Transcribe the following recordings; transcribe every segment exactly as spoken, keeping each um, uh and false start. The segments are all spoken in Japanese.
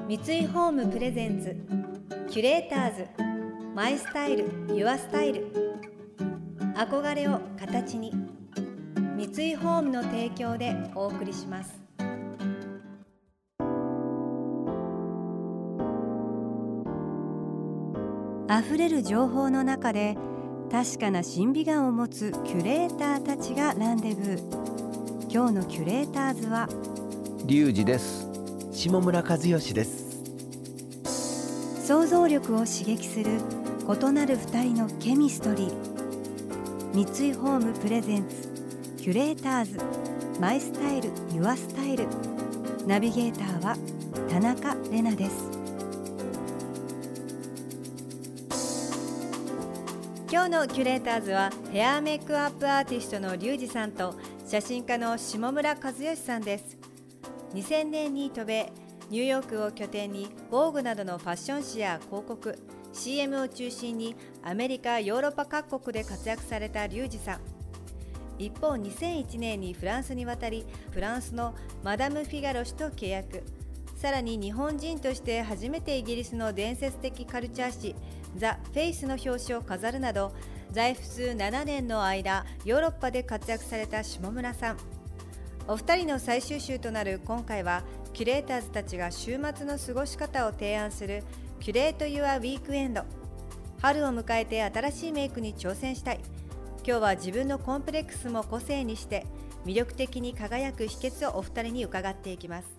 三井ホームプレゼンツキュレーターズマイスタイルユアスタイル、憧れを形に、三井ホームの提供でお送りします。あふれる情報の中で確かな審美眼を持つキュレーターたちがランデブー。今日のキュレーターズはリュウジです。 下村和義です。 想像力を刺激する異なる二人のケミストリー。三井ホームプレゼンツキュレーターズマイスタイルユアスタイル、ナビゲーターは田中れなです。今日のキュレーターズはヘアメイクアップアーティストのリュウジさんと写真家の下村和義さんです。にせんねんに渡米、ニューヨークを拠点にボーグなどのファッション誌や広告 シーエム を中心にアメリカ、ヨーロッパ各国で活躍されたリュウジさん。一方にせんいちねんにフランスに渡り、フランスのマダム・フィガロ氏と契約。さらに日本人として初めてイギリスの伝説的カルチャー誌ザ・フェイスの表紙を飾るなど、在仏ななねんの間ヨーロッパで活躍された下村さん。お二人の最終週となる今回は、キュレーターズたちが週末の過ごし方を提案するキュレート・ユア・ウィークエンド。春を迎えて新しいメイクに挑戦したい。今日は自分のコンプレックスも個性にして魅力的に輝く秘訣をお二人に伺っていきます。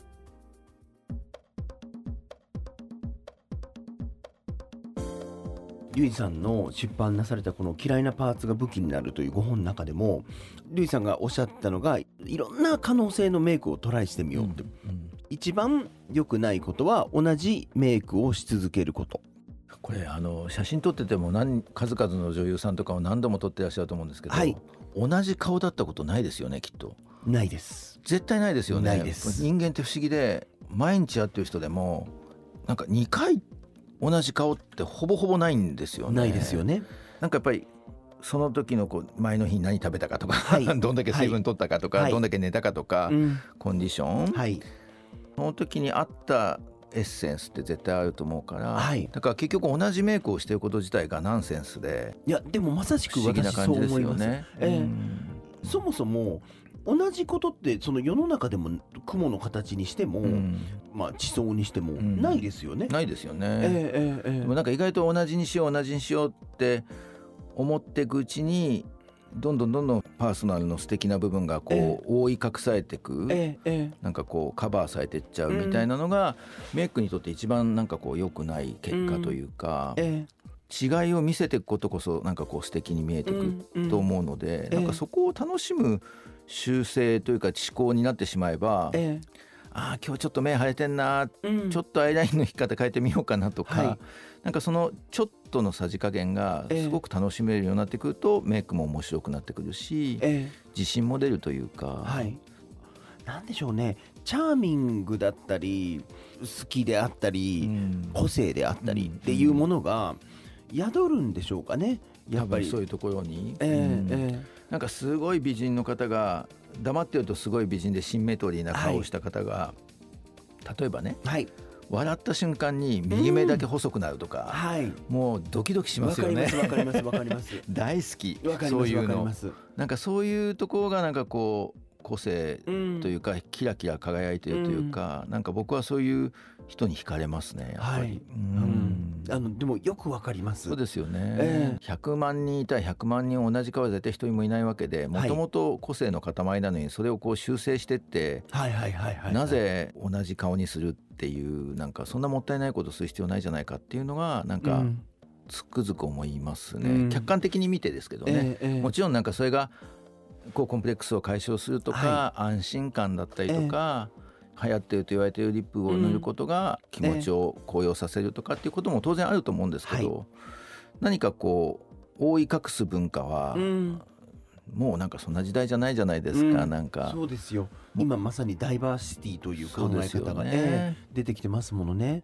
リュウジさんの出版なされたこの嫌いなパーツが武器になるというご本の中でも、リュウジさんがおっしゃったのが、いろんな可能性のメイクをトライしてみようって、うんうん、一番良くないことは同じメイクをし続けること。 これあの写真撮ってても何数々の女優さんとかを何度も撮ってらっしゃると思うんですけど、はい、同じ顔だったことないですよね。きっとないです。 絶対ないですよね。 ないです。 人間って不思議で、毎日会ってる人でもなんかにかい同じ顔ってほぼほぼないんですよね。 ないですよね。 なんかやっぱりその時のこう前の日何食べたかとか、はい、どんだけ水分取ったかとか、はい、どんだけ寝たかとか、うん、コンディション、はい、その時に合ったエッセンスって絶対あると思うから、はい、だから結局同じメイクをしていること自体がナンセンスで、 いやでもまさしく私そう思います。えー、そもそも同じことってその世の中でも雲の形にしても、うん、まあ地層にしてもないですよね。 うん、ないですよね。 えーえーえー、 でもなんか意外と同じにしよう同じにしようって思っていくうちに、どんどんどんどんパーソナルの素敵な部分がこう、えー、覆い隠されていく、えーえー、なんかこうカバーされていっちゃうみたいなのが、うん、メイクにとって一番なんかこう良くない結果というか、うんえー、違いを見せていくことこそなんかこう素敵に見えてくると思うので、うんうん、なんかそこを楽しむ修正というか思考になってしまえば、えー、ああ今日ちょっと目腫れてんな、うん、ちょっとアイラインの引き方変えてみようかなとか、はい、なんかそのちょっとのさじ加減がすごく楽しめるようになってくると、えー、メイクも面白くなってくるし、えー、自信も出るというか、 はい、なんでしょうね、チャーミングだったり好きであったり、うん、個性であったりっていうものが宿るんでしょうかね。 やっぱりそういうところに、 えーうんえー、 なんかすごい美人の方が黙ってるとすごい美人でシンメトリーな顔をした方が、はい、例えばね、はい、笑った瞬間に右目だけ細くなるとか、うんはい、もうドキドキしますよね。 わかりますわかります大好き。 わかりますそういうのわかります。 なんかそういうところがなんかこう個性というか、うん、キラキラ輝いているというか、うん、なんか僕はそういう人に惹かれますね、やっぱり、はい、うんうん、あのでもよくわかります。 そうですよね、えー、ひゃくまんにんいたらひゃくまんにん同じ顔は絶対一人もいないわけで、もともと個性の塊なのにそれをこう修正してって、なぜ同じ顔にするっていう、なんかそんなもったいないことする必要ないじゃないかっていうのがなんかつくづく思いますね、うん、客観的に見てですけどね、えーえー、もちろんなんかそれがこうコンプレックスを解消するとか、はい、安心感だったりとか、えー、流行っていると言われているリップを塗ることが気持ちを高揚させるとかっていうことも当然あると思うんですけど、はい、何かこう覆い隠す文化は、うん、もうなんかそんな時代じゃないじゃないですか、うん、なんかそうですよ。今まさにダイバーシティという考え方が、ね、出てきてますものね。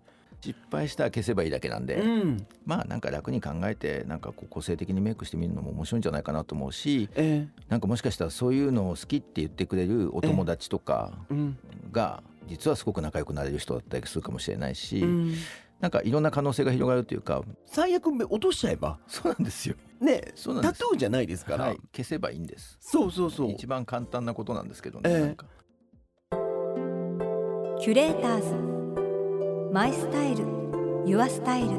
失敗したら消せばいいだけなんで、 うん、 まあなんか楽に考えてなんかこう個性的にメイクしてみるのも面白いんじゃないかなと思うし、 えー、 なんかもしかしたらそういうのを好きって言ってくれるお友達とかが実はすごく仲良くなれる人だったりするかもしれないし、うん、なんかいろんな可能性が広がるというか、 最悪落としちゃえばそうなんですよね、そうなんです。タトゥーじゃないですから、はい、 消せばいいんです。 そうそうそう、 一番簡単なことなんですけどね、えー、なんかキュレーターズマイスタイルユアスタイル。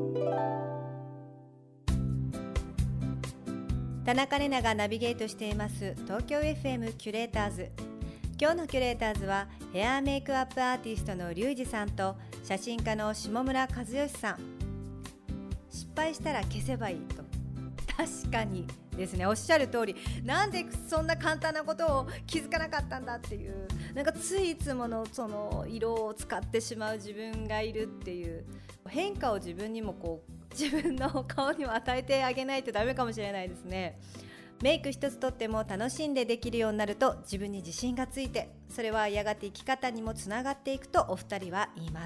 田中玲奈がナビゲートしています東京 エフエム キュレーターズ。今日のキュレーターズはヘアメイクアップアーティストのリュウジさんと写真家の下村和義さん。失敗したら消せばいいと、確かにですね、おっしゃる通り、なんでそんな簡単なことを気づかなかったんだっていう、なんかついいつものその色を使ってしまう自分がいるっていう、変化を自分にもこう自分の顔にも与えてあげないとダメかもしれないですね。メイク一つとっても楽しんでできるようになると自分に自信がついて、それはやがて生き方にもつながっていくとお二人は言います。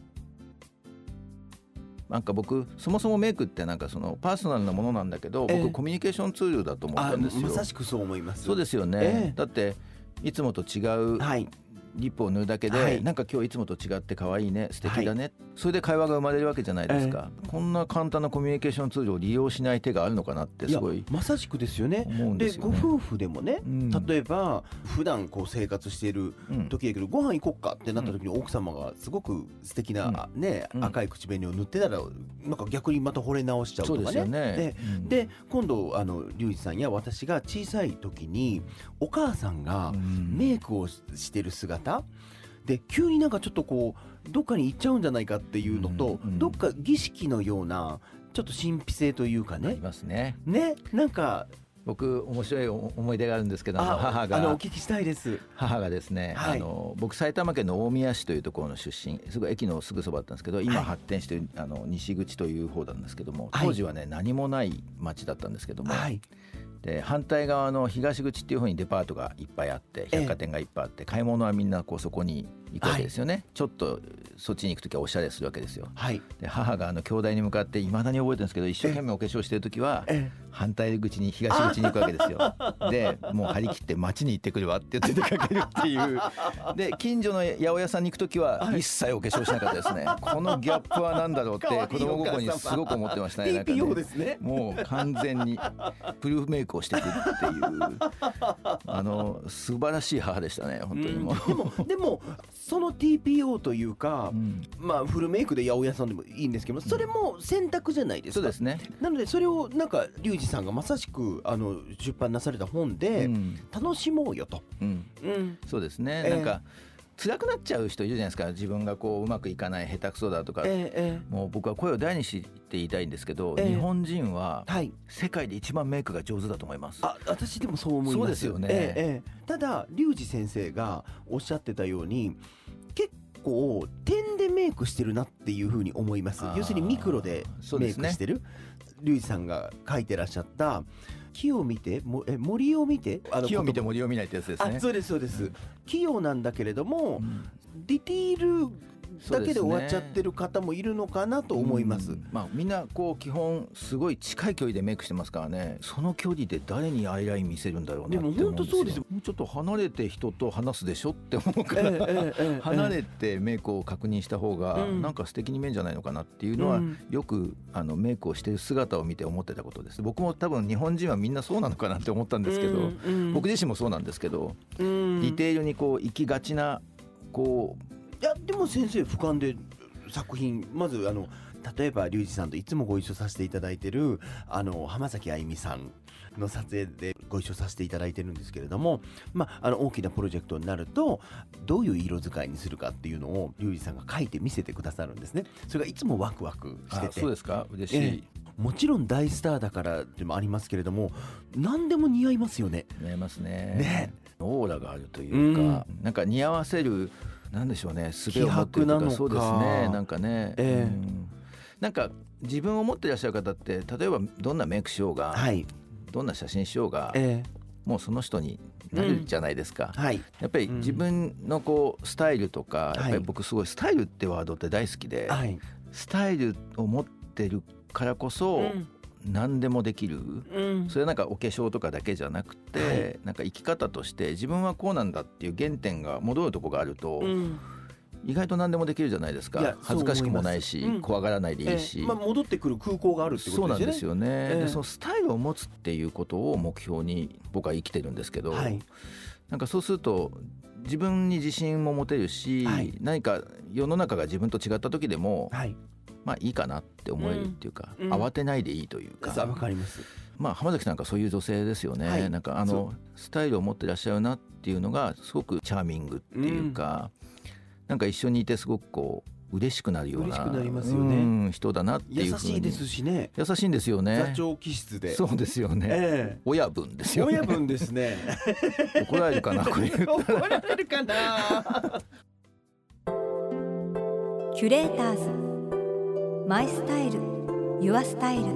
なんか僕そもそもメイクってなんかそのパーソナルなものなんだけど、僕、えー、コミュニケーションツールだと思ったんですよ。 まさしくそう思います。 そうですよね、えー、だっていつもと違う、はい、リップを塗るだけで、はい、なんか今日いつもと違って可愛いね、素敵だね、はい、それで会話が生まれるわけじゃないですか、えー、こんな簡単なコミュニケーションツールを利用しない手があるのかなってすごい、 いやまさしくですよね。 思うんですよね。 でご夫婦でもね、うん、例えば普段こう生活している時だけど、うん、ご飯行こっかってなった時に奥様がすごく素敵な、ね、うん、赤い口紅を塗ってたらなんか逆にまた惚れ直しちゃうとかね。 そうですよね。 で、うん、で今度あのリュウジさんや私が小さい時にお母さんがメイクをしてる姿で急になんかちょっとこうどっかに行っちゃうんじゃないかっていうのと、うんうん、どっか儀式のようなちょっと神秘性というかね、 ありますね。 ね、なんか僕面白い思い出があるんですけど、母があのお聞きしたいです。 母がですね、はい、あの僕埼玉県の大宮市というところの出身、すごい駅のすぐそばだったんですけど、今発展している、はい、あの西口という方なんですけども、当時はね、はい、何もない町だったんですけども、はい、で反対側の東口っていう方にデパートがいっぱいあって、百貨店がいっぱいあって、ええ、買い物はみんなこうそこに行くわけですよね、はい、ちょっとそっちに行くときはおしゃれするわけですよ、はい、で母があの兄弟に向かっていまだに覚えてるんですけど、一生懸命お化粧してるときは、ええ、反対口に東口に行くわけですよでもう張り切って街に行ってくるわって言って出かけるっていうで近所の八百屋さんに行くときは一切お化粧しなかったですね、はい、このギャップは何だろうって子供心にすごく思ってましたね。なんかね、ティーピーオー ですね。もう完全にプルーフメイクをしていくっていうあの素晴らしい母でしたね本当にもう、 うん、でもでもその ティーピーオー というか、うん、まあフルメイクで八百屋さんでもいいんですけど、それも選択じゃないですか。 そうですね。 なのでそれをなんかリュウジさんがまさしくあの出版なされた本で、うん、楽しもうよと、 うんうん、そうですね、えー、なんか辛くなっちゃう人いるじゃないですか。自分がこううまくいかない、下手くそだとか、えー、もう僕は声を大にして言いたいんですけど、えー、日本人は世界で一番メイクが上手だと思います。 あ、私でもそう思います。 そうですよね、 えー、ただリュウジ先生がおっしゃってたように結構点でメイクしてるなっていうふうに思います。要するにミクロでメイクしてる、ね、リュウジさんが書いてらっしゃった木を見てもえ森を見てあの木を見て森を見ないってやつですね。 あ、そうですそうです、うん、器用なんだけれども、うん、ディティールだけで終わっちゃってる方もいるのかなと思います、 うん、まあ、みんなこう基本すごい近い距離でメイクしてますからね。その距離で誰にアイライン見せるんだろうなって思うんですよ。でも本当そうですよ。もうちょっと離れて人と話すでしょって思うから、えーえーえー、離れてメイクを確認した方がなんか素敵に見えるんじゃないのかなっていうのは、うん、よくあのメイクをしている姿を見て思ってたことです。僕も多分日本人はみんなそうなのかなって思ったんですけど、うんうん、僕自身もそうなんですけど、うん、ディテールにこう行きがちなこう、 いやでも先生俯瞰で作品、まずあの例えばリュウジさんといつもご一緒させていただいてるあの浜崎あゆみさんの撮影でご一緒させていただいてるんですけれども、まあ、あの大きなプロジェクトになるとどういう色使いにするかっていうのをリュウジさんが書いて見せてくださるんですね。それがいつもワクワクしてて。 あ、そうですか、嬉しい、えーもちろん大スターだからでもありますけれども、何でも似合いますよね。 似合いますね。ね、オーラがあるというか、うん、なんか似合わせるなんでしょうね、術を持ってるとか。そうですね、なんかね、えーうん、なんか自分を持っていらっしゃる方って例えばどんなメイクしようが、はい、どんな写真しようが、えーもうその人になるじゃないですか、 うんはい、 やっぱり自分のこうスタイルとか、やっぱり僕すごいスタイルってワードって大好きで、はい、スタイルを持ってるからこそ、うん何でもできる、うん、それはなんかお化粧とかだけじゃなくて、はい、なんか生き方として自分はこうなんだっていう原点が戻るとこがあると、うん、意外と何でもできるじゃないですか。恥ずかしくもないし、うん、怖がらないでいいし、 えーまあ、戻ってくる空港があるってことですよね。 そうなんですよね、えー、でそのスタイルを持つっていうことを目標に僕は生きてるんですけど、はい、なんかそうすると自分に自信も持てるし、はい、何か世の中が自分と違った時でも、はいまあいいかなって思えるっていうか、うん、慌てないでいいというか、 わかります。 まあ浜崎さんなんかそういう女性ですよね、はい、なんかあのスタイルを持ってらっしゃるなっていうのがすごくチャーミングっていうか、うん、なんか一緒にいてすごくこう嬉しくなるような、 嬉しくなりますよね、うん、 人だなっていうふうに。 優しいですしね。 優しいんですよね。 座長気質で。 そうですよね、えー、親分ですよね。 親分ですね怒られるかなこれ怒られるかなキュレーターズマイスタイル、ユアスタイル。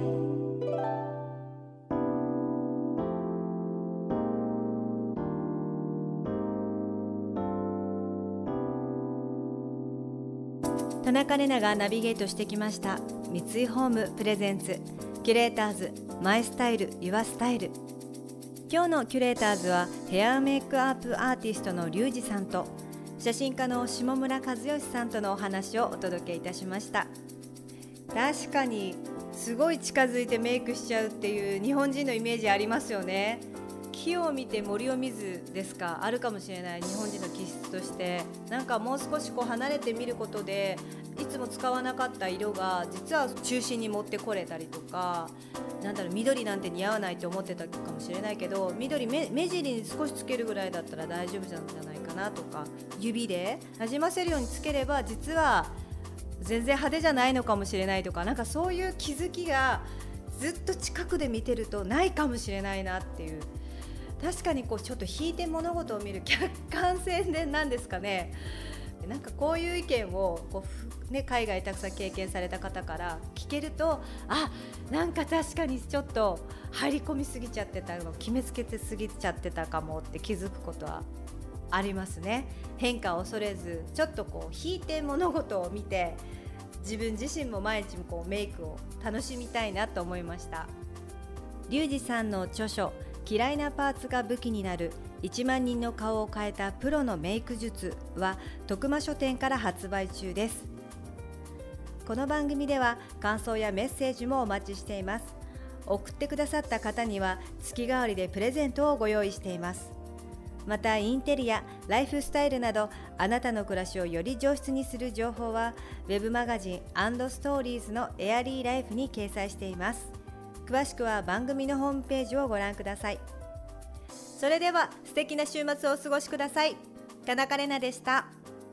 田中玲奈がナビゲートしてきました三井ホームプレゼンツキュレーターズマイスタイル、ユアスタイル。今日のキュレーターズはヘアメイクアップアーティストのリュウジさんと写真家の下村和義さんとのお話をお届けいたしました。確かにすごい近づいてメイクしちゃうっていう日本人のイメージありますよね。木を見て森を見ずですか、あるかもしれない日本人の気質として、なんかもう少しこう離れてみることでいつも使わなかった色が実は中心に持ってこれたりとか、なんだろう緑なんて似合わないと思ってたかもしれないけど、緑 目, 目尻に少しつけるぐらいだったら大丈夫なんじゃないかなとか、指でなじませるようにつければ実は全然派手じゃないのかもしれないとか、なんかそういう気づきがずっと近くで見てるとないかもしれないなっていう。確かにこうちょっと引いて物事を見る客観性でなんですかね。なんかこういう意見をこう、ね、海外たくさん経験された方から聞けると、あ、なんか確かにちょっと入り込みすぎちゃってたの、決めつけてすぎちゃってたかもって気づくことはありますね。変化を恐れずちょっとこう引いて物事を見て、自分自身も毎日こうメイクを楽しみたいなと思いました。リュウジさんの著書嫌いなパーツが武器になるいちまんにんの顔を変えたプロのメイク術は徳間書店から発売中です。この番組では感想やメッセージもお待ちしています。送ってくださった方には月替わりでプレゼントをご用意しています。またインテリア、ライフスタイルなどあなたの暮らしをより上質にする情報はウェブマガジン&ストーリーズのエアリーライフに掲載しています。詳しくは番組のホームページをご覧ください。それでは素敵な週末をお過ごしください。田中玲奈でした。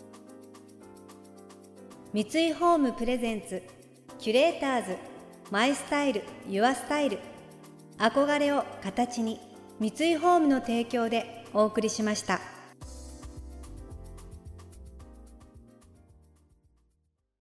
三井ホームプレゼンツキュレーターズマイスタイルユアスタイル、憧れを形に、三井ホームの提供でお送りしました。